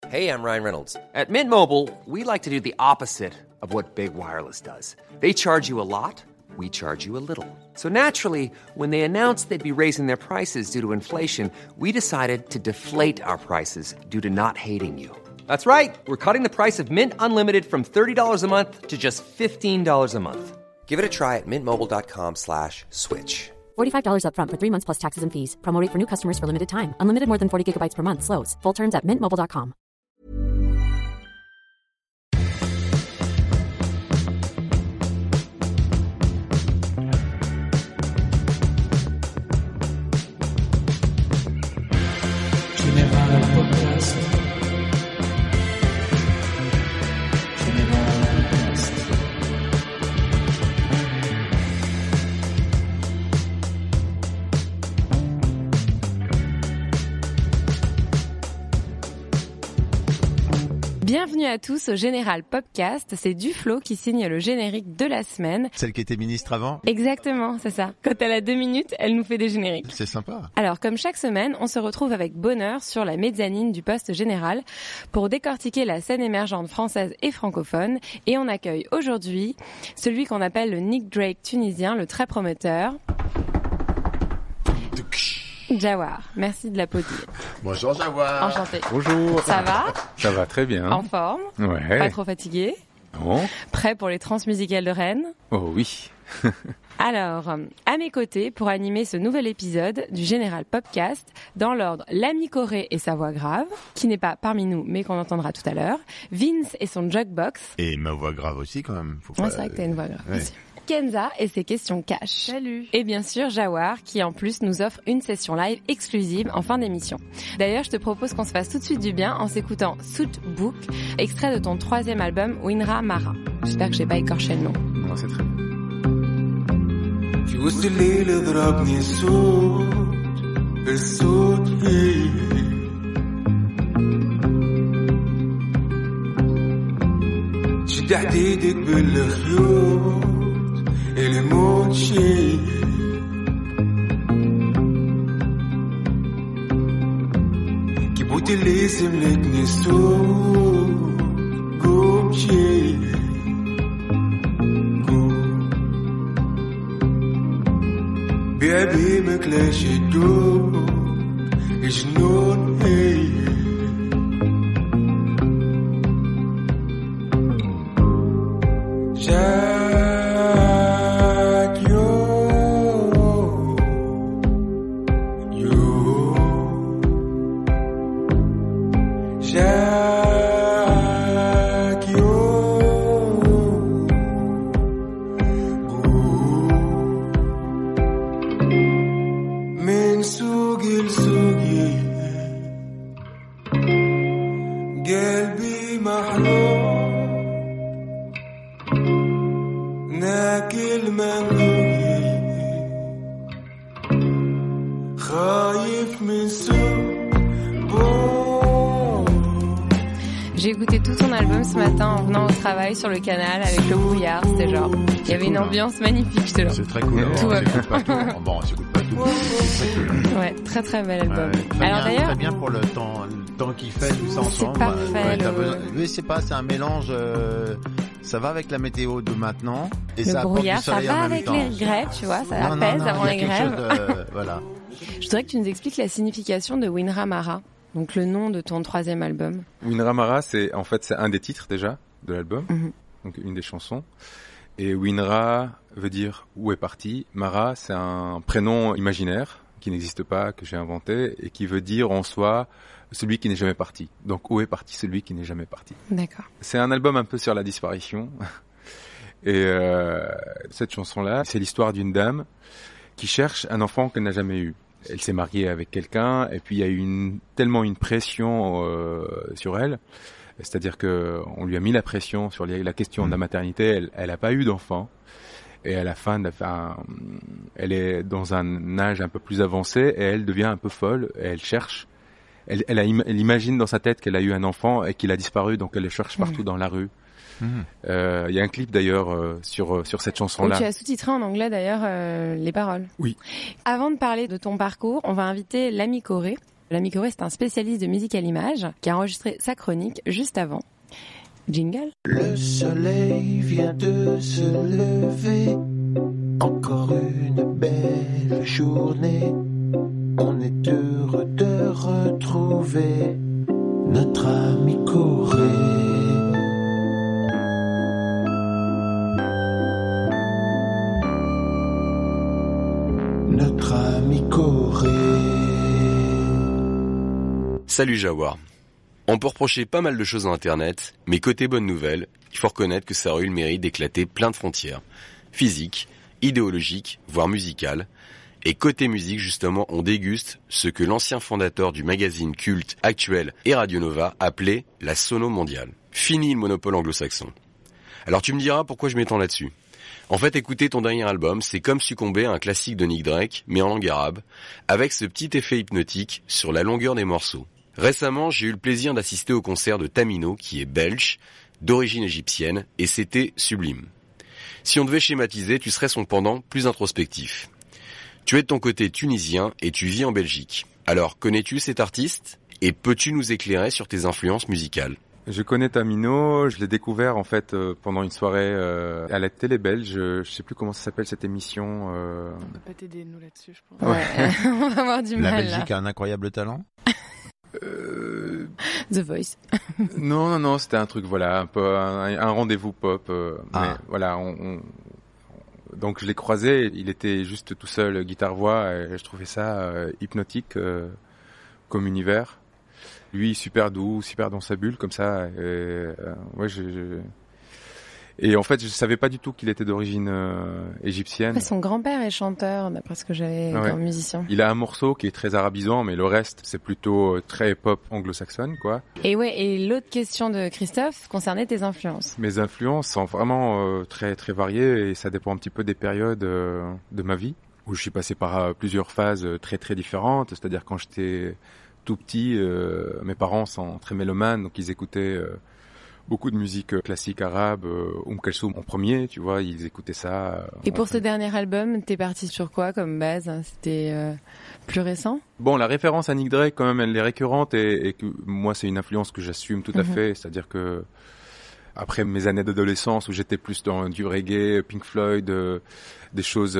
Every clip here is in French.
Hey, I'm Ryan Reynolds. At Mint Mobile, we like to do the opposite of what Big Wireless does. They charge you a lot, we charge you a little. So naturally, when they announced they'd be raising their prices due to inflation, we decided to deflate our prices due to not hating you. That's right. We're cutting the price of Mint Unlimited from $30 a month to just $15 a month. Give it a try at mintmobile.com/switch. $45 up front for 3 months plus taxes and fees. Promo rate for new customers for limited time. Unlimited more than 40 gigabytes per month. Slows full terms at mintmobile.com. Bienvenue à tous au Général Popcast, c'est Duflo qui signe le générique de la semaine. Celle qui était ministre avant ? Exactement, c'est ça. Quand elle a 2 minutes, elle nous fait des génériques. C'est sympa. Alors, comme chaque semaine, on se retrouve avec bonheur sur la mezzanine du poste général pour décortiquer la scène émergente française et francophone. Et on accueille aujourd'hui celui qu'on appelle le Nick Drake tunisien, le très prometteur. Jawar, merci de l'applaudir. Bonjour Jawar. Enchanté. Bonjour. Ça va ? Ça va très bien. En forme ? Ouais. Pas trop fatigué ? Oh. Prêt pour les transmusicales de Rennes ? Oh oui. Alors, à mes côtés, pour animer ce nouvel épisode du Général Popcast, dans l'ordre l'ami Corée et sa voix grave, qui n'est pas parmi nous, mais qu'on entendra tout à l'heure, Vince et son jukebox. Et ma voix grave aussi quand même. Faut Ouais, c'est vrai que t'as une voix grave ouais. aussi. Kenza et ses questions cash. Salut. Et bien sûr, Jawar, qui en plus nous offre une session live exclusive en fin d'émission. D'ailleurs, je te propose qu'on se fasse tout de suite du bien en s'écoutant Suit Book, extrait de ton 3e album, Winra Mara. J'espère que j'ai pas écorché le nom. Non, c'est très bien. في وسط الليل ضربني الصوت هي شد حديدك بالخيوط الموت شي كيبوت اللي يسملكني الصوت قوم شي بعبيمك ليش الدوب جنون هي جاك جاك من سوق لسوقي قلبي محروم ناكل منوي خايف من سوق J'ai écouté tout ton album ce matin en venant au travail sur le canal avec le brouillard, c'était genre, il y avait une ambiance magnifique, je te le C'est très cool. Tout va On s'écoute pas tout. Bon, on s'écoute pas tout. C'est très cool. Ouais, très très bel album. Très Alors bien, d'ailleurs, très bien pour le temps qu'il fait tout ça ensemble. parfait, t'as le- besoin- Oui, c'est pas, c'est un mélange. Ça va avec la météo de maintenant et le ça apporte brouillard, du ça soleil en va même avec temps. les grèves, tu vois, ça Non, apaise non, avant il y a les quelque grèves. chose de- voilà. Je voudrais que tu nous expliques la signification de Winra Mara, donc le nom de ton 3e album. Winra Mara, c'est un des titres déjà de l'album, Mhm. donc une des chansons. Et Winra veut dire où est parti. Mara, c'est un prénom imaginaire qui n'existe pas, que j'ai inventé, et qui veut dire en soi celui qui n'est jamais parti. Donc où est parti celui qui n'est jamais parti. D'accord. C'est un album un peu sur la disparition. Et cette chanson-là, c'est l'histoire d'une dame qui cherche un enfant qu'elle n'a jamais eu. Elle s'est mariée avec quelqu'un, et puis il y a eu tellement une pression sur elle, c'est-à-dire que on lui a mis la pression sur la question de la maternité. Elle a pas eu d'enfant, et à la fin, elle est dans un âge un peu plus avancé, et elle devient un peu folle, et elle cherche. Elle imagine dans sa tête qu'elle a eu un enfant et qu'il a disparu, donc elle le cherche partout dans la rue. Il y a un clip d'ailleurs sur cette chanson-là. Tu as sous-titré en anglais d'ailleurs les paroles. Oui. Avant de parler de ton parcours, on va inviter l'ami Corée L'ami Coré, c'est un spécialiste de musique à l'image qui a enregistré sa chronique juste avant. Jingle. Le soleil vient de se lever. Encore une belle journée. On est heureux de retrouver notre ami Coré. Notre ami Coré. Salut Jawar. On peut reprocher pas mal de choses à Internet, mais côté bonne nouvelle, il faut reconnaître que ça aurait eu le mérite d'éclater plein de frontières. Physiques, idéologiques, voire musicales. Et côté musique, justement, on déguste ce que l'ancien fondateur du magazine culte Actuel et Radio Nova appelait la sono mondiale. Fini le monopole anglo-saxon. Alors tu me diras pourquoi je m'étends là-dessus. En fait, écouter ton dernier album, c'est comme succomber à un classique de Nick Drake, mais en langue arabe, avec ce petit effet hypnotique sur la longueur des morceaux. Récemment, j'ai eu le plaisir d'assister au concert de Tamino, qui est belge, d'origine égyptienne, et c'était sublime. Si on devait schématiser, tu serais son pendant plus introspectif. Tu es de ton côté tunisien et tu vis en Belgique. Alors, connais-tu cet artiste et peux-tu nous éclairer sur tes influences musicales ? Je connais Tamino, je l'ai découvert en fait pendant une soirée à la télé belge, je sais plus comment ça s'appelle cette émission. On va pas t'aider nous là-dessus, je pense. Ouais, on va avoir du La mal Belgique là. a un incroyable talent. The Voice. Non, c'était un truc voilà, un peu un rendez-vous pop. Mais voilà, donc je l'ai croisé, il était juste tout seul, guitare-voix, et je trouvais ça hypnotique comme univers. Lui, super doux, super dans sa bulle, comme ça. Ouais, Et en fait, je savais pas du tout qu'il était d'origine égyptienne. Après, son grand-père est chanteur, d'après ce que j'avais comme musicien. Il a un morceau qui est très arabisant, mais le reste, c'est plutôt très pop anglo-saxonne, quoi. Et l'autre question de Christophe concernait tes influences. Mes influences sont vraiment très très variées et ça dépend un petit peu des périodes de ma vie où je suis passé par plusieurs phases très très différentes. C'est-à-dire quand j'étais tout petit, mes parents sont très mélomanes, donc ils écoutaient beaucoup de musique classique arabe, Kalsoum en premier, tu vois, ils écoutaient ça. Et pour ce dernier album, t'es parti sur quoi comme base ? C'était plus récent ? Bon, la référence à Nick Drake, quand même, elle est récurrente et que moi, c'est une influence que j'assume tout à fait. C'est-à-dire que après mes années d'adolescence où j'étais plus dans du reggae, Pink Floyd, des choses,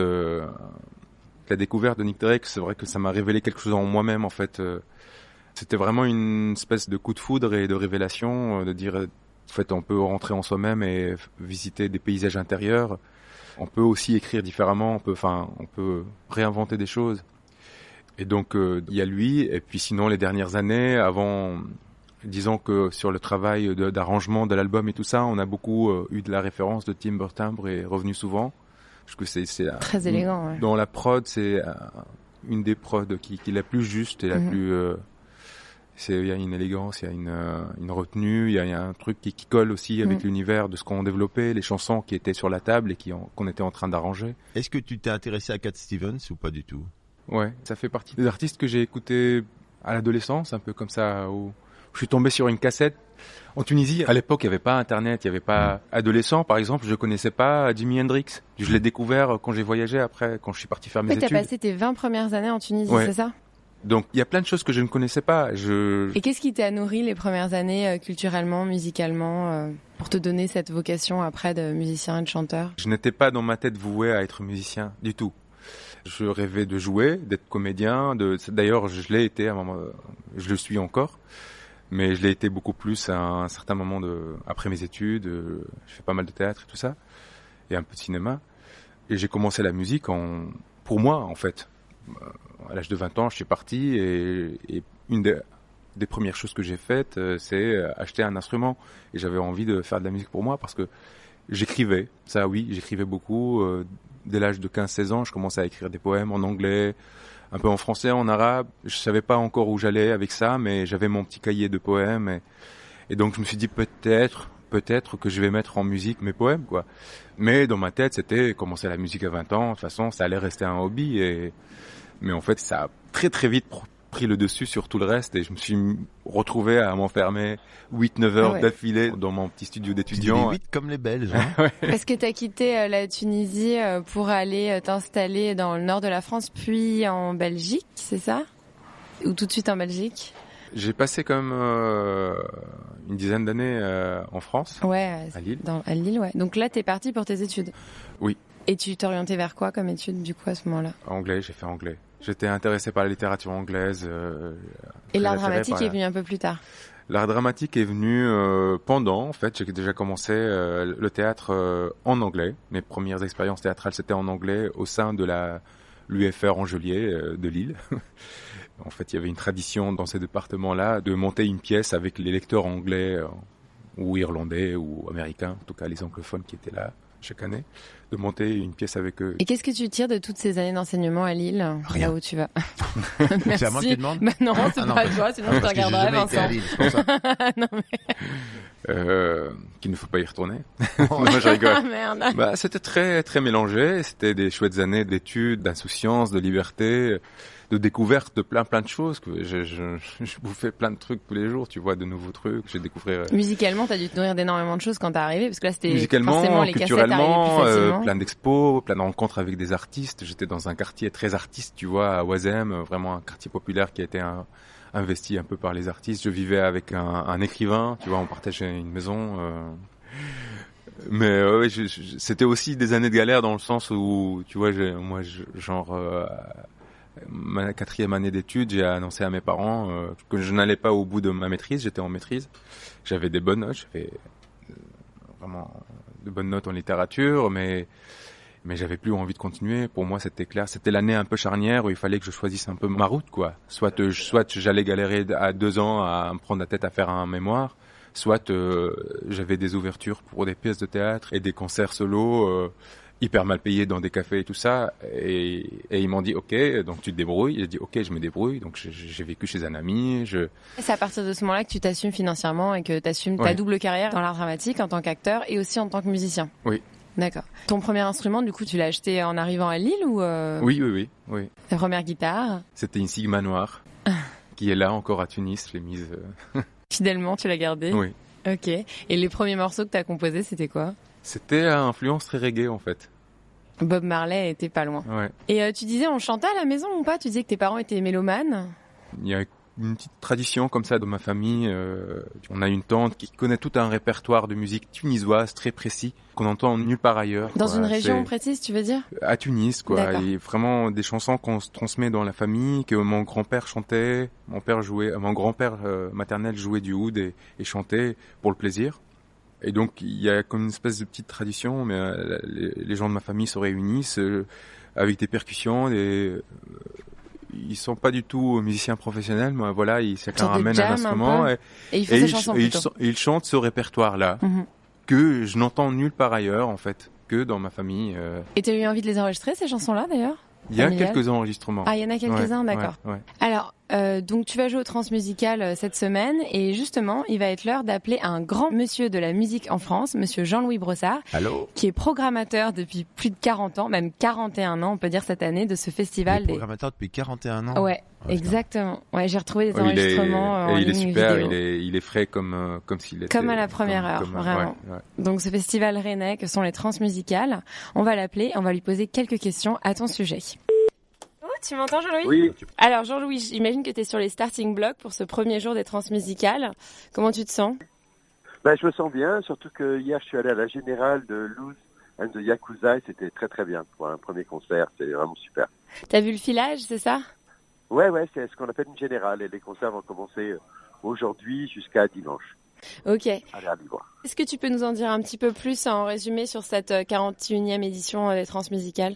la découverte de Nick Drake, c'est vrai que ça m'a révélé quelque chose en moi-même, en fait. C'était vraiment une espèce de coup de foudre et de révélation, de dire, en fait, on peut rentrer en soi-même et visiter des paysages intérieurs. On peut aussi écrire différemment, on peut réinventer des choses. Et donc, il y a lui, et puis sinon, les dernières années, avant, disons que sur le travail d'arrangement de l'album et tout ça, on a beaucoup eu de la référence de Timbre Timbre et revenu souvent. Parce que c'est très élégant, ouais. Dans la prod, c'est une des prods qui est la plus juste et la plus... il y a une élégance, il y a une retenue, il y a un truc qui colle aussi avec l'univers de ce qu'on développait, les chansons qui étaient sur la table et qu'on était en train d'arranger. Est-ce que tu t'es intéressé à Cat Stevens ou pas du tout ? Ouais, ça fait partie des artistes que j'ai écoutés à l'adolescence, un peu comme ça, où je suis tombé sur une cassette. En Tunisie, à l'époque, il n'y avait pas Internet, il n'y avait pas... Adolescent, par exemple, je ne connaissais pas Jimi Hendrix. Je l'ai découvert quand j'ai voyagé après, quand je suis parti faire mes études. T'as passé tes 20 premières années en Tunisie, c'est ça ? Donc, il y a plein de choses que je ne connaissais pas. Et qu'est-ce qui t'a nourri les premières années culturellement, musicalement, pour te donner cette vocation après de musicien et de chanteur ? Je n'étais pas dans ma tête voué à être musicien du tout. Je rêvais de jouer, d'être comédien. D'ailleurs, je l'ai été à un moment, je le suis encore, mais je l'ai été beaucoup plus à un certain moment après mes études. Je fais pas mal de théâtre et tout ça, et un peu de cinéma. Et j'ai commencé la musique pour moi, en fait. À l'âge de 20 ans, je suis parti et une des premières choses que j'ai faites, c'est acheter un instrument. Et j'avais envie de faire de la musique pour moi parce que j'écrivais. Ça, oui, j'écrivais beaucoup. Dès l'âge de 15-16 ans, je commençais à écrire des poèmes en anglais, un peu en français, en arabe. Je savais pas encore où j'allais avec ça, mais j'avais mon petit cahier de poèmes. Et donc, je me suis dit peut-être que je vais mettre en musique mes poèmes, quoi. Mais dans ma tête, c'était commencer la musique à 20 ans. De toute façon, ça allait rester un hobby. Mais en fait, ça a très très vite pris le dessus sur tout le reste et je me suis retrouvé à m'enfermer 8-9 heures d'affilée dans mon petit studio d'étudiant. 8 comme les Belges. Hein. Est-ce que tu as quitté la Tunisie pour aller t'installer dans le nord de la France puis en Belgique, c'est ça ? Ou tout de suite en Belgique? J'ai passé quand même une dizaine d'années en France, Ouais, à Lille. à Lille, ouais. Donc là, t'es parti pour tes études? Oui. Et tu t'orientais vers quoi comme études, du coup, à ce moment-là? Anglais, j'ai fait anglais. J'étais intéressé par la littérature anglaise. Et l'art très attiré dramatique par est venu un peu plus tard? L'art dramatique est venu pendant, en fait. J'ai déjà commencé le théâtre en anglais. Mes premières expériences théâtrales, c'était en anglais au sein de l'UFR Angelier de Lille. En fait, il y avait une tradition dans ces départements-là de monter une pièce avec les lecteurs anglais ou irlandais ou américains, en tout cas les anglophones qui étaient là chaque année, de monter une pièce avec eux. Et qu'est-ce que tu tires de toutes ces années d'enseignement à Lille, Rien. là où tu vas? C'est à moi qui demande. Bah non, c'est pas à toi, sinon je te parce que j'ai regarderai, jamais été à Vincent. Lille, c'est pour ça. Non, mais... Qu'il ne faut pas y retourner. Non, je rigole. Ah, merde. Bah, c'était très très mélangé. C'était des chouettes années d'études, d'insouciance, de liberté, de découverte de plein de choses. Je bouffais plein de trucs tous les jours. Tu vois, de nouveaux trucs. J'ai découvert. Musicalement, t'as dû te nourrir d'énormément de choses quand t'es arrivé, parce que là, c'était Musicalement, forcément les cassettes arrivaient culturellement, plus facilement. plein d'expos, plein de rencontres avec des artistes. J'étais dans un quartier très artiste, tu vois, à Oisem, vraiment un quartier populaire qui a été investi un peu par les artistes. Je vivais avec un écrivain, tu vois, on partageait une maison. Mais ouais, c'était aussi des années de galère dans le sens où, tu vois, ma 4e année d'études, j'ai annoncé à mes parents que je n'allais pas au bout de ma maîtrise. J'étais en maîtrise, j'avais des bonnes notes, j'avais vraiment de bonnes notes en littérature, mais j'avais plus envie de continuer. Pour moi, c'était clair. C'était l'année un peu charnière où il fallait que je choisisse un peu ma route, quoi. Soit j'allais galérer à 2 ans à me prendre la tête à faire un mémoire, soit j'avais des ouvertures pour des pièces de théâtre et des concerts solo hyper mal payés dans des cafés et tout ça. Et ils m'ont dit, OK, donc tu te débrouilles. J'ai dit, OK, je me débrouille. Donc j'ai vécu chez un ami. Et c'est à partir de ce moment-là que tu t'assumes financièrement et que t'assumes ta Ouais. double carrière dans l'art dramatique en tant qu'acteur et aussi en tant que musicien. Oui. D'accord. Ton premier instrument, du coup, tu l'as acheté en arrivant à Lille ou Oui. ta première guitare? C'était une Sigma noire qui est là encore à Tunis. Je l'ai mise. Fidèlement, tu l'as gardée? Oui. Ok. Et les premiers morceaux que t'as composés, c'était quoi? C'était à influence très reggae, en fait. Bob Marley était pas loin. Ouais. Et tu disais, on chantait à la maison ou pas? Tu disais que tes parents étaient mélomanes. Il y a une petite tradition comme ça dans ma famille. On a une tante qui connaît tout un répertoire de musique tunisoise très précis qu'on entend nulle part ailleurs. Dans quoi. une région C'est précise, tu veux dire? à Tunis, quoi. D'accord. Et vraiment des chansons qu'on se transmet dans la famille, que mon grand-père chantait, mon grand-père maternel jouait du oud et chantait pour le plaisir. Et donc il y a comme une espèce de petite tradition, mais les gens de ma famille se réunissent avec des percussions, ils sont pas du tout musiciens professionnels, mais voilà, chacun Sorte de ramène jam un instrument et ils font ces chansons plutôt. ils chantent ce répertoire-là Mhm. que je n'entends nulle part ailleurs en fait, que dans ma famille. Et tu as eu envie de les enregistrer, ces chansons-là, d'ailleurs? Il y a Familial. quelques enregistrements. Ah, il y en a quelques-uns, Ouais, d'accord. ouais. Alors, donc tu vas jouer au Transmusical cette semaine et justement, il va être l'heure d'appeler un grand monsieur de la musique en France, monsieur Jean-Louis Brossard, Allô? qui est programmateur depuis plus de 40 ans, même 41 ans, on peut dire cette année, de ce Il festival. est programmateur depuis 41 ans. Ouais, putain. exactement. Ouais, j'ai retrouvé des Ouais, enregistrements en il est ligne super, vidéo. il est frais comme s'il était. Comme à la première heure, vraiment. Ouais. Donc ce festival rennais que sont les Transmusicales, on va l'appeler, on va lui poser quelques questions à ton sujet. Oh, tu m'entends Jean-Louis? Oui, Alors Jean-Louis, j'imagine que tu es sur les starting blocks pour ce premier jour des Transmusicales. Comment tu te sens? je me sens bien, surtout que hier je suis allé à la Générale de Luz and the Yakuza et c'était très très bien pour un premier concert, c'est vraiment super. T'as vu le filage, c'est ça? Ouais, c'est ce qu'on appelle une Générale et les concerts vont commencer aujourd'hui jusqu'à dimanche. Ok. Allez, allez voir. Est-ce que tu peux nous en dire un petit peu plus en résumé sur cette 41e édition des Transmusicales?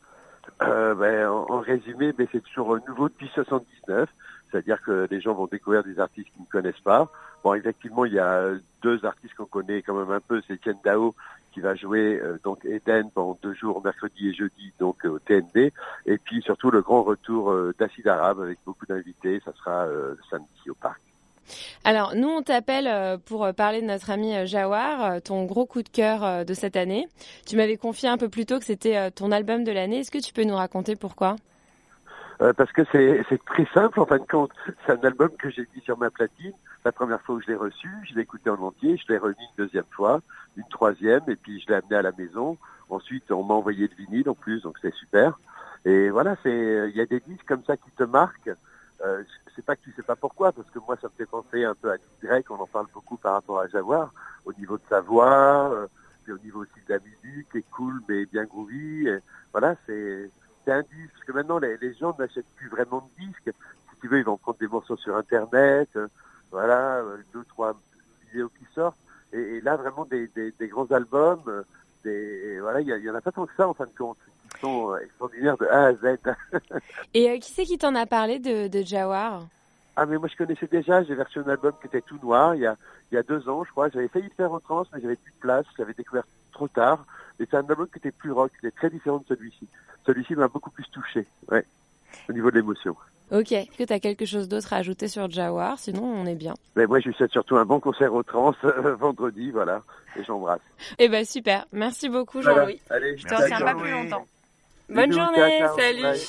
En résumé, c'est toujours nouveau depuis 79, c'est-à-dire que les gens vont découvrir des artistes qu'ils ne connaissent pas. Bon, effectivement, il y a 2 artistes qu'on connaît quand même un peu, c'est Etienne Dao qui va jouer donc Eden pendant 2 jours, mercredi et jeudi, donc au TNB, et puis surtout le grand retour d'Acide Arabe avec beaucoup d'invités, ça sera samedi au parc. Alors, nous, on t'appelle pour parler de notre ami Jawar, ton gros coup de cœur de cette année. Tu m'avais confié un peu plus tôt que c'était ton album de l'année. Est-ce que tu peux nous raconter pourquoi? Parce que c'est très simple en fin de compte. C'est un album que j'ai mis sur ma platine. La première fois où je l'ai reçu, je l'ai écouté en entier, je l'ai remis une 2e fois, une 3e, et puis je l'ai amené à la maison. Ensuite, on m'a envoyé le vinyle en plus, donc c'est super. Et voilà, il y a des disques comme ça qui te marquent. Je sais pas pourquoi, parce que moi ça me fait penser un peu à Nick Drake, on en parle beaucoup par rapport à Jaguar, au niveau de sa voix, puis au niveau aussi de la musique, qui est cool mais bien groovy. Et voilà, c'est un disque, parce que maintenant les gens n'achètent plus vraiment de disques. Si tu veux, ils vont prendre des morceaux sur Internet, voilà, 2-3 vidéos qui sortent. Et là, vraiment, des grands albums, voilà, il y en a pas tant que ça, en fin de compte, qui sont extraordinaires de A à Z. Et qui c'est qui t'en a parlé de Jawar? Ah, mais moi, je connaissais déjà, j'ai reçu un album qui était tout noir, il y a 2 ans, je crois. J'avais failli le faire en trance, mais j'avais plus de place, je l'avais découvert trop tard. Et c'est un album qui était plus rock, qui était très différent de celui-ci. Celui-ci m'a beaucoup plus touché, ouais, au niveau de l'émotion. Ok. Est-ce que tu as quelque chose d'autre à ajouter sur Jawar? Sinon, on est bien. Mais moi, je lui souhaite surtout un bon concert au Trans vendredi, voilà. Et j'embrasse. Eh ben super. Merci beaucoup, Jean-Louis. Voilà. Allez, je te retiens pas plus longtemps. Bonne Bisous, journée. ciao, Salut. bye.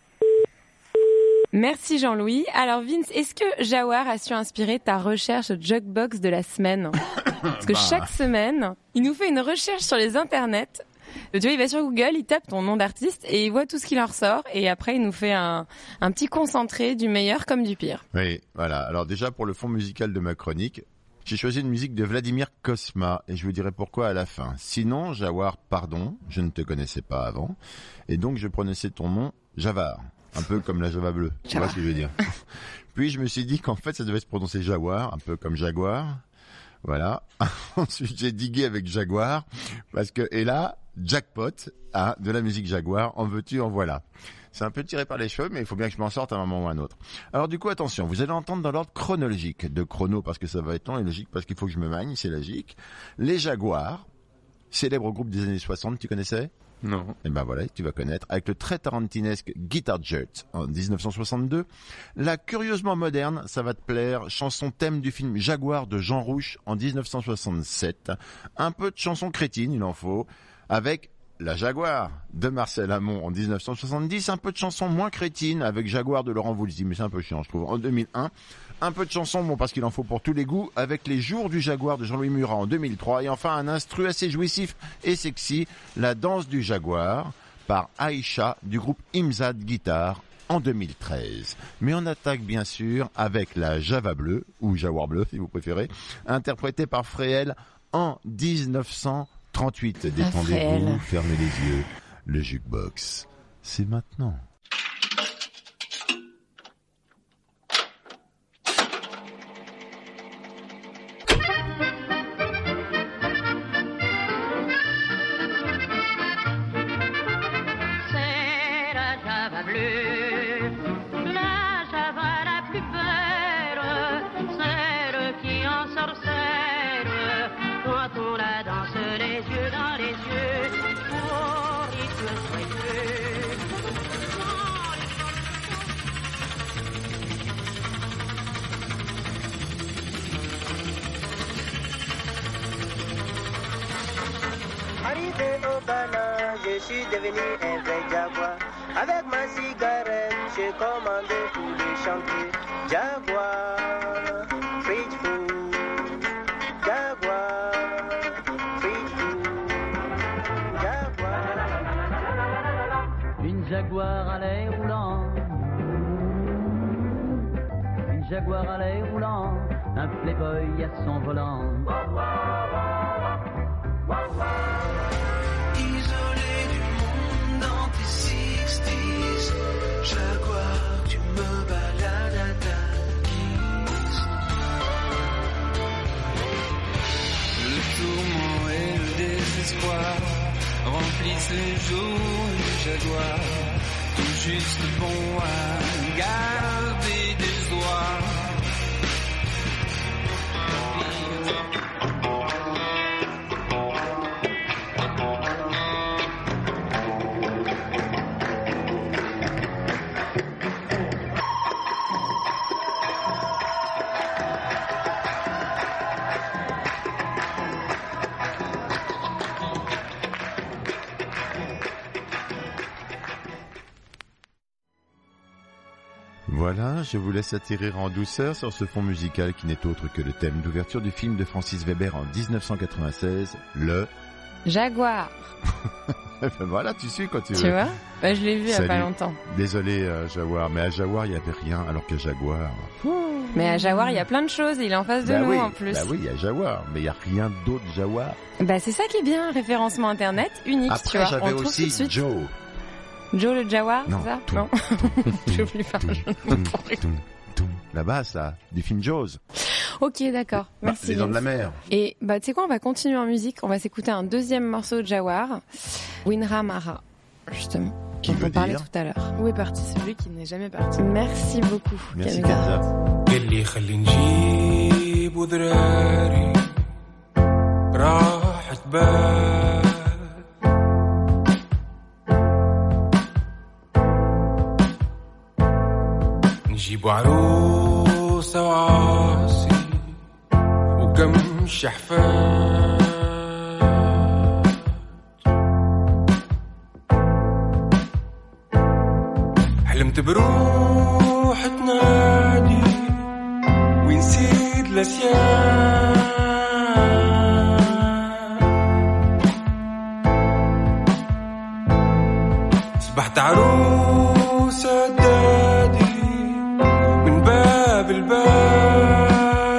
Merci Jean-Louis. Alors Vince, est-ce que Jawar a su inspirer ta recherche Jukebox de la semaine? Parce que chaque semaine, il nous fait une recherche sur les internets. Tu vois, il va sur Google, il tape ton nom d'artiste et il voit tout ce qui en ressort. Et après, il nous fait un petit concentré du meilleur comme du pire. Oui, voilà. Alors déjà, pour le fond musical de ma chronique, j'ai choisi une musique de Vladimir Cosma et je vous dirai pourquoi à la fin. Sinon, Jawar, pardon, je ne te connaissais pas avant. Et donc, je prononçais ton nom Javar. Un peu comme la Java bleue. Tu vois ce que je veux dire? Puis, je me suis dit qu'en fait, ça devait se prononcer Jawar, un peu comme Jaguar. Voilà. Ensuite, j'ai digué avec Jaguar parce que, et là, jackpot, de la musique Jaguar, en veux-tu, en voilà. C'est un peu tiré par les cheveux, mais il faut bien que je m'en sorte à un moment ou à un autre. Alors du coup, attention, vous allez entendre dans l'ordre chronologique, de chrono parce que ça va être long, et logique parce qu'il faut que je me magne, c'est logique. Les Jaguars, célèbre groupe des années 60, tu connaissais? Non. Et ben voilà, tu vas connaître, avec le très tarantinesque Guitar Jet en 1962. La curieusement moderne, ça va te plaire, chanson thème du film Jaguar de Jean Rouch en 1967. Un peu de chanson crétine, il en faut, avec La Jaguar de Marcel Amont en 1970, un peu de chanson moins crétine avec Jaguar de Laurent Voulzy, mais c'est un peu chiant je trouve, en 2001. Un peu de chanson, bon parce qu'il en faut pour tous les goûts, avec Les Jours du Jaguar de Jean-Louis Murat en 2003. Et enfin un instru assez jouissif et sexy, La Danse du Jaguar par Aïcha du groupe Imzad Guitar en 2013. Mais on attaque bien sûr avec la Java bleue, ou Jaguar bleu si vous préférez, interprétée par Fréhel en 1938. Détendez-vous, fermez les yeux, le jukebox, c'est maintenant. Je suis devenu un vrai Jaguar. Avec ma cigarette, j'ai commandé tous les chantiers. Jaguar, free food. Jaguar, free food. Jaguar. Une Jaguar à l'air roulant. Une Jaguar à l'air roulant. Un playboy à son volant. Jaguar, tu me balades à ta guise. Le tourment et le désespoir remplissent les jours du Jaguar. Tout juste bon à garder des oies. Voilà, je vous laisse atterrir en douceur sur ce fond musical qui n'est autre que le thème d'ouverture du film de Francis Weber en 1996, le Jaguar. Voilà, tu suis quand tu veux. Tu vois? Bah, je l'ai vu il y a pas Salut. longtemps. Désolé, Jaguar, mais à Jaguar, il n'y avait rien, alors que Jaguar... Mais à Jaguar, il y a plein de choses. Il est en face de nous, oui, en plus. Bah oui, il y a Jaguar, mais il n'y a rien d'autre Jaguar. Bah, c'est ça qui est bien. Référencement Internet unique, Après, tu vois. j'avais On trouve tout aussi de suite. Joe. Joe le Jaguar, Non, c'est ça? tout. Non. Je plus faire un jeu de mots pour rien. La basse, là, du film Jaws. Ok, d'accord. Merci. Les dents de la Jens. mer. Et bah, tu sais quoi, on va continuer en musique. On va s'écouter un deuxième morceau de Jawar, Winra Mara, justement. Qui dont veut on parlait dire tout à l'heure. Où est parti celui qui n'est jamais parti? Merci beaucoup. Merci Camilla. Kenza. اللي خلي نجيب وذراري راحت بال نجيب عروسة وعاصي وكم شحفات حلمت بروح تنادي ونسيت الأسياد صبحت عروسة دادي من باب الباب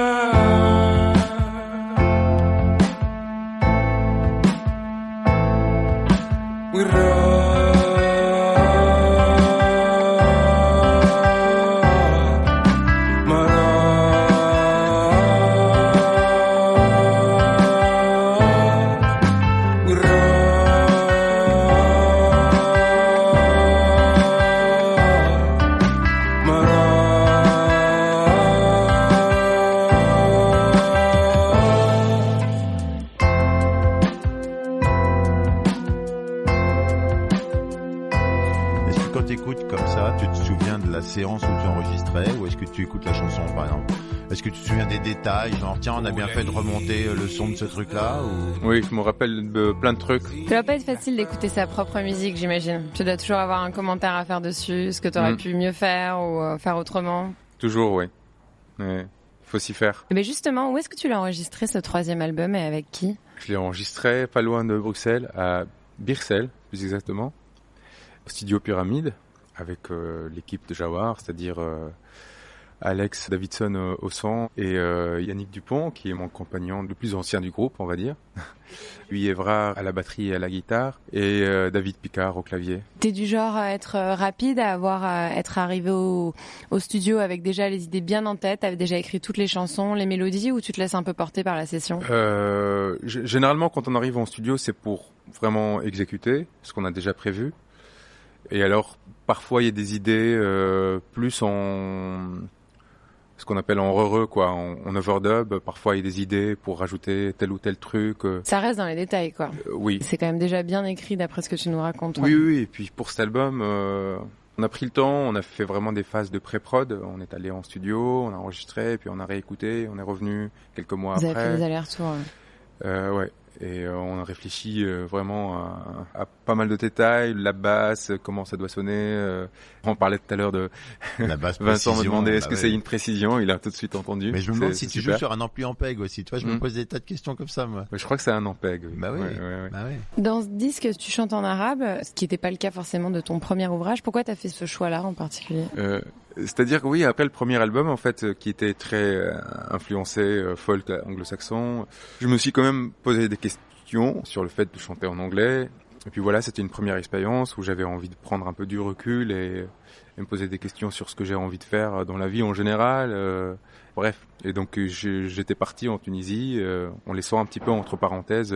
Est-ce que quand tu écoutes comme ça, tu te souviens de la séance où tu enregistrais, ou est-ce que tu écoutes la chanson, par exemple? Est-ce que tu te souviens des détails, genre, tiens, on a bien fait de remonter le son de ce truc-là, ou... Oui, je me rappelle de plein de trucs. Ça doit pas être facile d'écouter sa propre musique, j'imagine. Tu dois toujours avoir un commentaire à faire dessus, ce que tu aurais pu mieux faire ou faire autrement. Toujours, oui. Ouais. Faut s'y faire. Mais justement, où est-ce que tu l'as enregistré ce troisième album et avec qui? Je l'ai enregistré pas loin de Bruxelles, à Beersel, plus exactement, au studio Pyramide, avec l'équipe de Jawar, c'est-à-dire Alex Davidson au son et Yannick Dupont, qui est mon compagnon le plus ancien du groupe, on va dire. Lui, Évrard à la batterie et à la guitare, et David Picard au clavier. T'es du genre à être rapide, à être arrivé au studio avec déjà les idées bien en tête, t'avais déjà écrit toutes les chansons, les mélodies, ou tu te laisses un peu porter par la session? Généralement, quand on arrive en studio, c'est pour vraiment exécuter ce qu'on a déjà prévu. Et alors, parfois, il y a des idées plus en... ce qu'on appelle en re-re, quoi, en overdub. Parfois, il y a des idées pour rajouter tel ou tel truc. Ça reste dans les détails, quoi. Oui. C'est quand même déjà bien écrit d'après ce que tu nous racontes. Oui, oui. Et puis, pour cet album, on a pris le temps, on a fait vraiment des phases de pré-prod. On est allé en studio, on a enregistré, puis on a réécouté, on est revenu quelques mois Vous après. avez fait des allers-retours. Ouais. Et on a réfléchi vraiment à pas mal de détails, la basse, comment ça doit sonner. On parlait tout à l'heure de La basse Vincent me précision, demandait est-ce bah que ouais. c'est une précision, il a tout de suite entendu. Mais je me demande si C'est tu super. joues sur un ampli Ampeg aussi. Tu vois, je me pose des tas de questions comme ça, moi. Je crois que c'est un Ampeg. Oui. Bah oui. Ouais. Bah oui. Dans ce disque, tu chantes en arabe, ce qui n'était pas le cas forcément de ton premier ouvrage. Pourquoi t'as fait ce choix-là en particulier? C'est-à-dire que oui, après le premier album, en fait, qui était très influencé folk anglo-saxon, je me suis quand même posé des questions sur le fait de chanter en anglais. Et puis voilà, c'était une première expérience où j'avais envie de prendre un peu du recul et me poser des questions sur ce que j'ai envie de faire dans la vie en général. Bref, et donc j'étais parti en Tunisie en laissant un petit peu entre parenthèses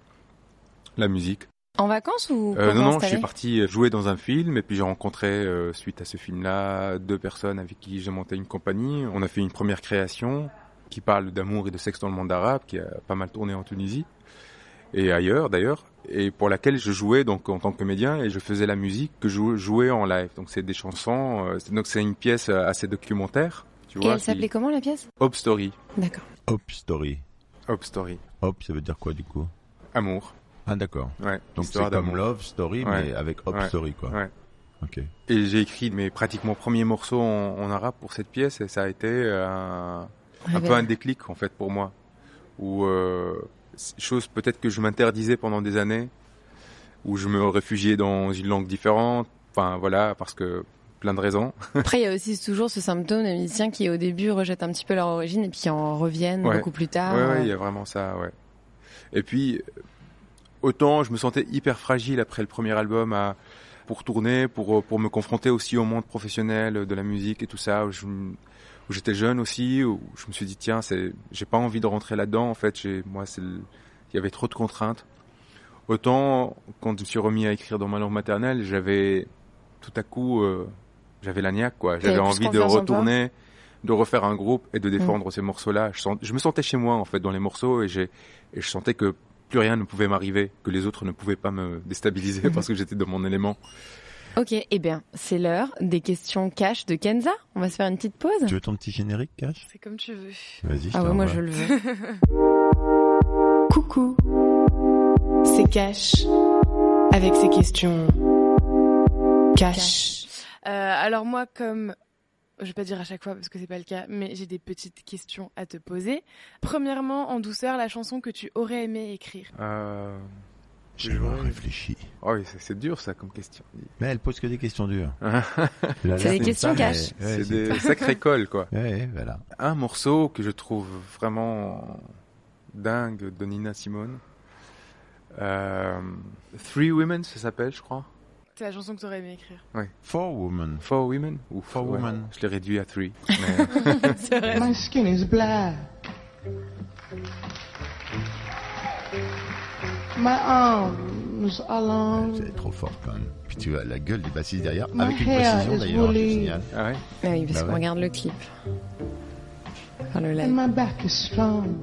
la musique. En vacances ou Non, je suis parti jouer dans un film et puis j'ai rencontré, suite à ce film-là, 2 personnes avec qui j'ai monté une compagnie. On a fait une première création qui parle d'amour et de sexe dans le monde arabe, qui a pas mal tourné en Tunisie et ailleurs d'ailleurs, et pour laquelle je jouais donc en tant que comédien et je faisais la musique que je jouais en live. Donc c'est des chansons, donc c'est une pièce assez documentaire. Tu vois, et elle s'appelait comment la pièce? Hope Story. D'accord. Hope Story. Hope Story. Hope, ça veut dire quoi du coup? Amour. Ah d'accord. Ouais. Donc c'est comme Love Story, ouais. Mais avec Hope Story, quoi. Ouais. Ok. Et j'ai écrit mes pratiquement premiers morceaux en arabe pour cette pièce et ça a été un peu un déclic en fait pour moi. Où chose peut-être que je m'interdisais pendant des années, où je me réfugiais dans une langue différente, enfin voilà, parce que plein de raisons. Après, il y a aussi toujours ce symptôme des musiciens qui au début rejettent un petit peu leur origine et puis qui en reviennent beaucoup plus tard. Ouais, il y a vraiment ça, ouais. Et puis, autant je me sentais hyper fragile après le premier album pour tourner, pour me confronter aussi au monde professionnel de la musique et tout ça, où j'étais jeune aussi, où je me suis dit tiens, j'ai pas envie de rentrer là-dedans en fait, il y avait trop de contraintes. Autant quand je me suis remis à écrire dans ma langue maternelle, j'avais tout à coup j'avais la niaque quoi, j'avais envie de retourner, de refaire un groupe et de défendre ces morceaux-là. Je me sentais chez moi en fait dans les morceaux et je sentais que plus rien ne pouvait m'arriver, que les autres ne pouvaient pas me déstabiliser parce que j'étais dans mon élément. Ok, eh bien, c'est l'heure des questions cash de Kenza. On va se faire une petite pause. Tu veux ton petit générique, Cash ? C'est comme tu veux. Vas-y, Ah ouais, moi je le veux. Coucou, c'est Cash, avec ses questions cash. Alors moi, comme je vais pas dire à chaque fois parce que c'est pas le cas, mais j'ai des petites questions à te poser. Premièrement, en douceur, la chanson que tu aurais aimé écrire. J'ai réfléchi. Oh oui, c'est dur ça comme question. Mais elle pose que des questions dures. C'est des questions cash. C'est des sacrées colles quoi. Ouais, voilà. Un morceau que je trouve vraiment dingue de Nina Simone. Three Women, ça s'appelle, je crois. C'est la chanson que tu aurais aimé écrire. Oui. Four Women. Four Women ou Four Women. Je l'ai réduit à Three. C'est vrai. My skin is black. My arms are long. C'est trop fort quand même. Puis tu as la gueule du bassiste derrière, My avec une hair précision is d'ailleurs, woolly. c'est génial. Ah ouais. Ah oui, parce Bah qu'on ouais. regarde le clip. Enfin, le And live. my back is strong.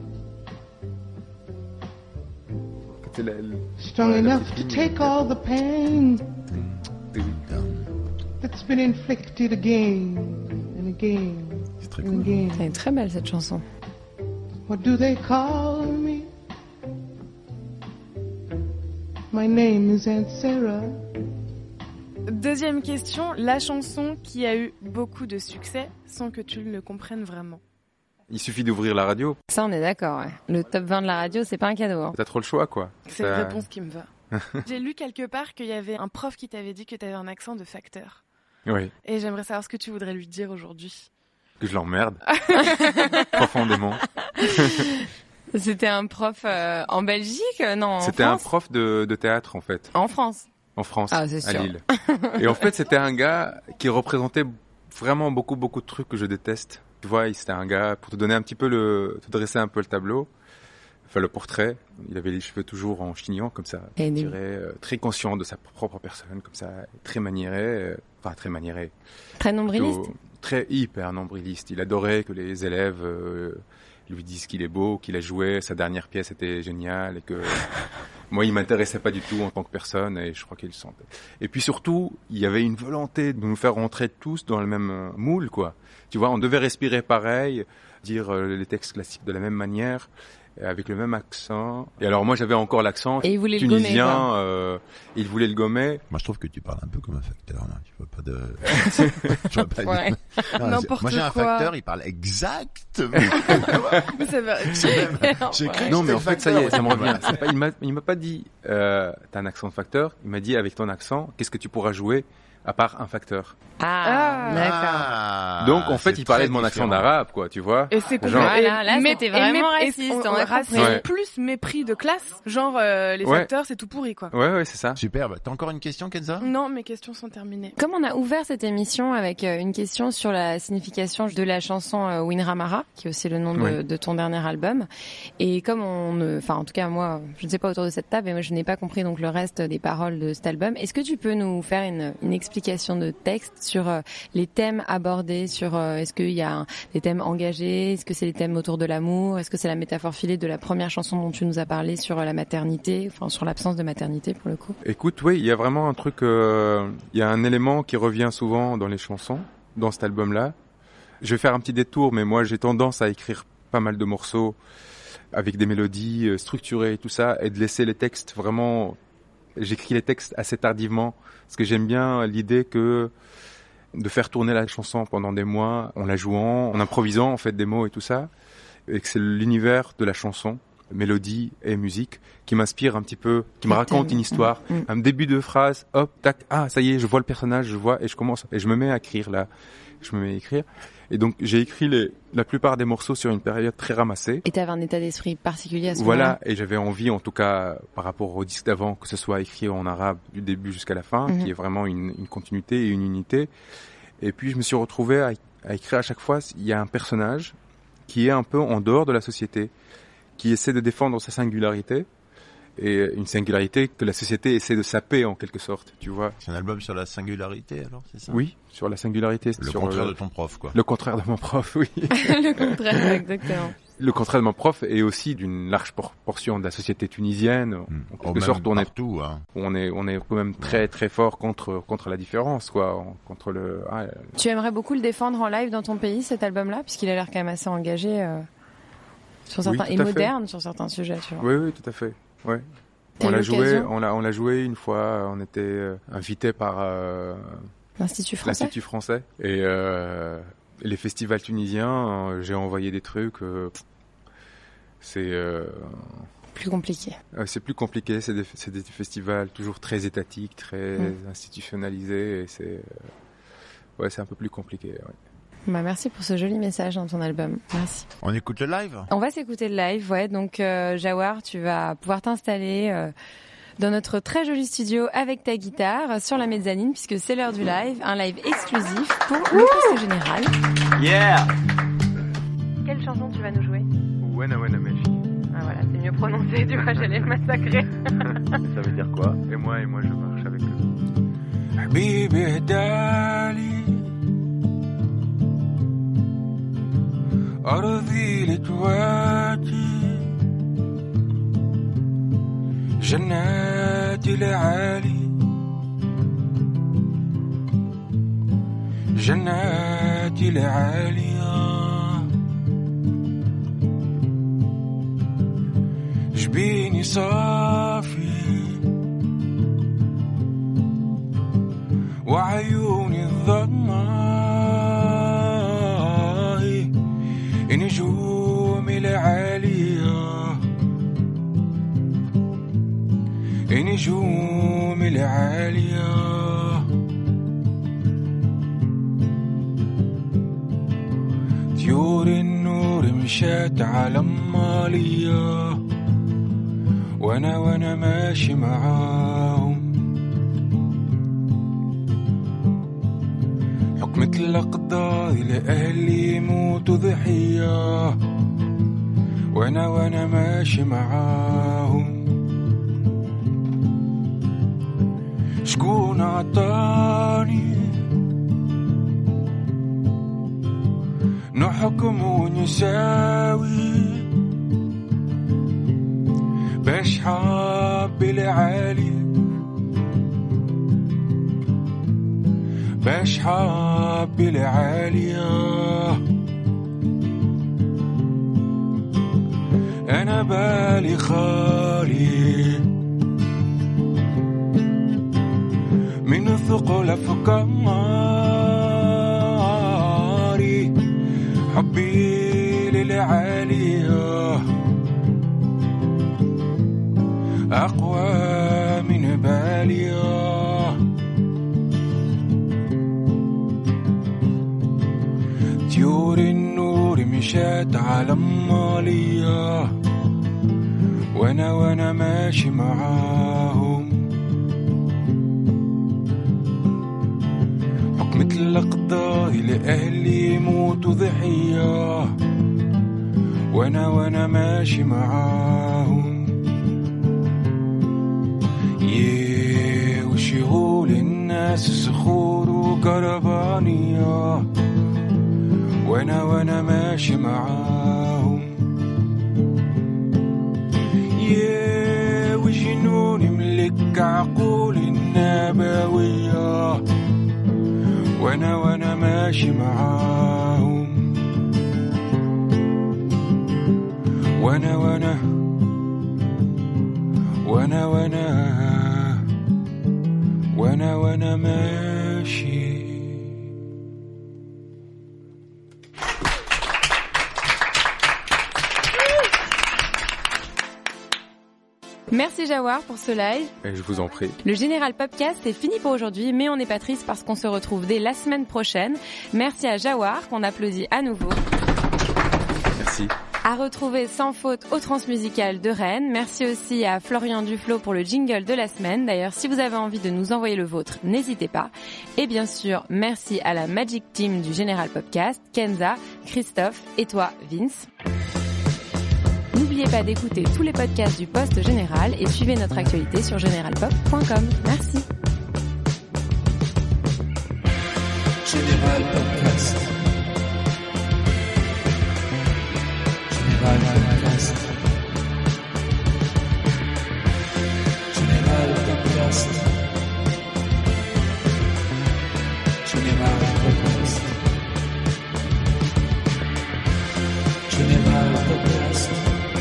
C'est Strong la enough petite to ligne. take all the pain that's been inflicted again and again C'est très and cool. again. Elle est très belle cette chanson. What do they call me? My name is Aunt Sarah. Deuxième question, la chanson qui a eu beaucoup de succès sans que tu le comprennes vraiment. Il suffit d'ouvrir la radio. Ça, on est d'accord, ouais. Le top 20 de la radio, c'est pas un cadeau. Hein. T'as trop le choix quoi. C'est une réponse qui me va. J'ai lu quelque part qu'il y avait un prof qui t'avait dit que tu avais un accent de facteur. Oui. Et j'aimerais savoir ce que tu voudrais lui dire aujourd'hui. Que je l'emmerde. Profondément. C'était un prof en Belgique, non en C'était un France prof de théâtre en fait. En France. En France, Ah, c'est à sûr. Lille. Et en fait, c'était un gars qui représentait vraiment beaucoup de trucs que je déteste. Tu vois, c'était un gars, pour te donner un petit peu te dresser un peu le tableau, enfin le portrait, il avait les cheveux toujours en chignon, comme ça, je Et dirais, très conscient de sa propre personne, comme ça, très maniéré, très maniéré. Très nombriliste. Plutôt très hyper nombriliste. Il adorait que les élèves lui disent qu'il est beau, qu'il a joué, sa dernière pièce était géniale et que moi il m'intéressait pas du tout en tant que personne et je crois qu'il le sentait. Et puis surtout, il y avait une volonté de nous faire rentrer tous dans le même moule quoi. Tu vois, on devait respirer pareil, dire les textes classiques de la même manière, avec le même accent. Et alors moi j'avais encore l'accent Et il voulait tunisien, le gommer, il voulait le gommer. Moi, je trouve que tu parles un peu comme un facteur, là. Tu vois pas de... tu vois pas Ouais. N'importe moi, j'ai un quoi. facteur, il parle exactement. Mais ça va. J'ai cru Non, que mais en c'était fait, ça y est, facteur. ça me revient. C'est pas- il m'a pas dit, t'as un accent de facteur. Il m'a dit, avec ton accent, qu'est-ce que tu pourras jouer à part un facteur. Ah, d'accord. Ah, Donc, en fait, c'est il parlait très de mon accent différent. d'arabe, quoi, tu vois. Et c'est Genre- Voilà, là, mais- c'était vraiment raciste, on a raciste compris. Ouais. plus mépris de classe. Genre, les Ouais. facteurs, c'est tout pourri, quoi. Ouais, c'est ça. Superbe. T'as encore une question, Kenza? Non, mes questions sont terminées. Comme on a ouvert cette émission avec une question sur la signification de la chanson Winramara, qui est aussi le nom Oui. de ton dernier album, et comme enfin en tout cas moi, je ne sais pas autour de cette table, et moi je n'ai pas compris donc le reste des paroles de cet album, est-ce que tu peux nous faire une explication de texte sur les thèmes abordés, sur est-ce qu'il y a des thèmes engagés, est-ce que c'est les thèmes autour de l'amour, est-ce que c'est la métaphore filée de la première chanson dont tu nous as parlé sur la maternité, enfin sur l'absence de maternité pour le coup. Écoute, oui, il y a vraiment un truc, il y a un élément qui revient souvent dans les chansons, dans cet album-là. Je vais faire un petit détour, mais moi j'ai tendance à écrire pas mal de morceaux avec des mélodies structurées et tout ça, et de laisser les textes vraiment... J'écris les textes assez tardivement, parce que j'aime bien l'idée que de faire tourner la chanson pendant des mois, en la jouant, en improvisant en fait des mots et tout ça, et que c'est l'univers de la chanson mélodie et musique, qui m'inspire un petit peu, qui me raconte une histoire. Un début de phrase, hop, tac, ça y est, je vois le personnage, et je commence, et je me mets à écrire là. Et donc, j'ai écrit la plupart des morceaux sur une période très ramassée. Et t'avais un état d'esprit particulier à ce moment-là? Voilà, et j'avais envie, en tout cas, par rapport au disque d'avant, que ce soit écrit en arabe du début jusqu'à la fin, qu'il y ait vraiment une continuité et une unité. Et puis, je me suis retrouvé à écrire à chaque fois, il y a un personnage qui est un peu en dehors de la société, qui essaie de défendre sa singularité, et une singularité que la société essaie de saper en quelque sorte, tu vois. C'est un album sur la singularité alors, c'est ça? Oui, sur la singularité. Le contraire de ton prof, quoi. Le contraire de mon prof, oui. Le contraire, exactement. Le contraire de mon prof et aussi d'une large portion de la société tunisienne. En quelque sorte, partout, hein. on est quand même très très fort contre la différence, quoi, contre le. Tu aimerais beaucoup le défendre en live dans ton pays, cet album-là, puisqu'il a l'air quand même assez engagé sur certains et moderne sur certains sujets, tu vois. Oui, tout à fait. Ouais. On l'a joué une fois. On était invité par l'Institut français et les festivals tunisiens. J'ai envoyé des trucs. C'est plus compliqué. C'est plus compliqué. C'est des festivals toujours très étatiques, très institutionnalisés. Et c'est un peu plus compliqué. Ouais. Merci pour ce joli message dans ton album. Merci. On écoute le live? On va s'écouter le live, ouais. Donc, Jawar, tu vas pouvoir t'installer dans notre très joli studio avec ta guitare sur la mezzanine, puisque c'est l'heure du live, un live exclusif pour le poste général. Yeah! Quelle chanson tu vas nous jouer? Wena Wena Meshi. Ah voilà, c'est mieux prononcé, tu vois, j'allais le massacrer. Ça veut dire quoi? Et moi, je marche avec eux. Habibi Dali. أرضي لتواجي جناتي العالي جناتي العالية جبيني صافي وعيوني الظلمة نجومي العالية نجومي العالية طيور النور مشات على المالية وانا ماشي معاهم حكمة الأقدار لأهلي يموتوا ضحية وانا ماشي معاهم شكون عطاني نحكم ونساوي باش حابي العالي باش حابي العالية أنا بالي خالي من ثقل أفكاري حبي للعالية أقوى من بالية طيور النور مشات على المالية وانا ماشي معاهم حكمة الأقدار لأهلي يموتوا ضحية وانا ماشي معاهم وشغول الناس صخور وكربانية وانا ماشي معاهم وجنون يملك عقول النبوية وانا ماشي معاهم وانا ماشي. Merci Jawar pour ce live. Et je vous en prie. Le Général Podcast est fini pour aujourd'hui, mais on n'est pas triste parce qu'on se retrouve dès la semaine prochaine. Merci à Jawar qu'on applaudit à nouveau. Merci. À retrouver sans faute au Transmusical de Rennes. Merci aussi à Florian Duflo pour le jingle de la semaine. D'ailleurs, si vous avez envie de nous envoyer le vôtre, n'hésitez pas. Et bien sûr, merci à la Magic Team du Général Podcast, Kenza, Christophe et toi, Vince. N'oubliez pas d'écouter tous les podcasts du Poste Général et suivez notre actualité sur generalpop.com. Merci. Général Podcast. Général Podcast. Général Podcast. Général Podcast. Général Podcast.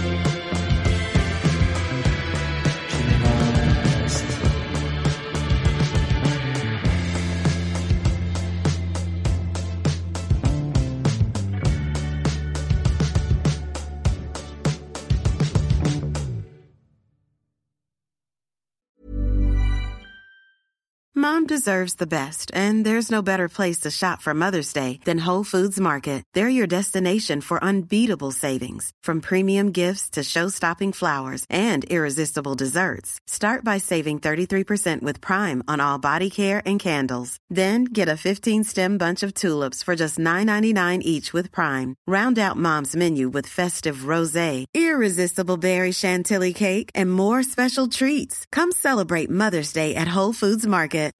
Mom deserves the best, and there's no better place to shop for Mother's Day than Whole Foods Market. They're your destination for unbeatable savings, from premium gifts to show-stopping flowers and irresistible desserts. Start by saving 33% with Prime on all body care and candles. Then get a 15-stem bunch of tulips for just $9.99 each with Prime. Round out Mom's menu with festive rosé, irresistible berry chantilly cake, and more special treats. Come celebrate Mother's Day at Whole Foods Market.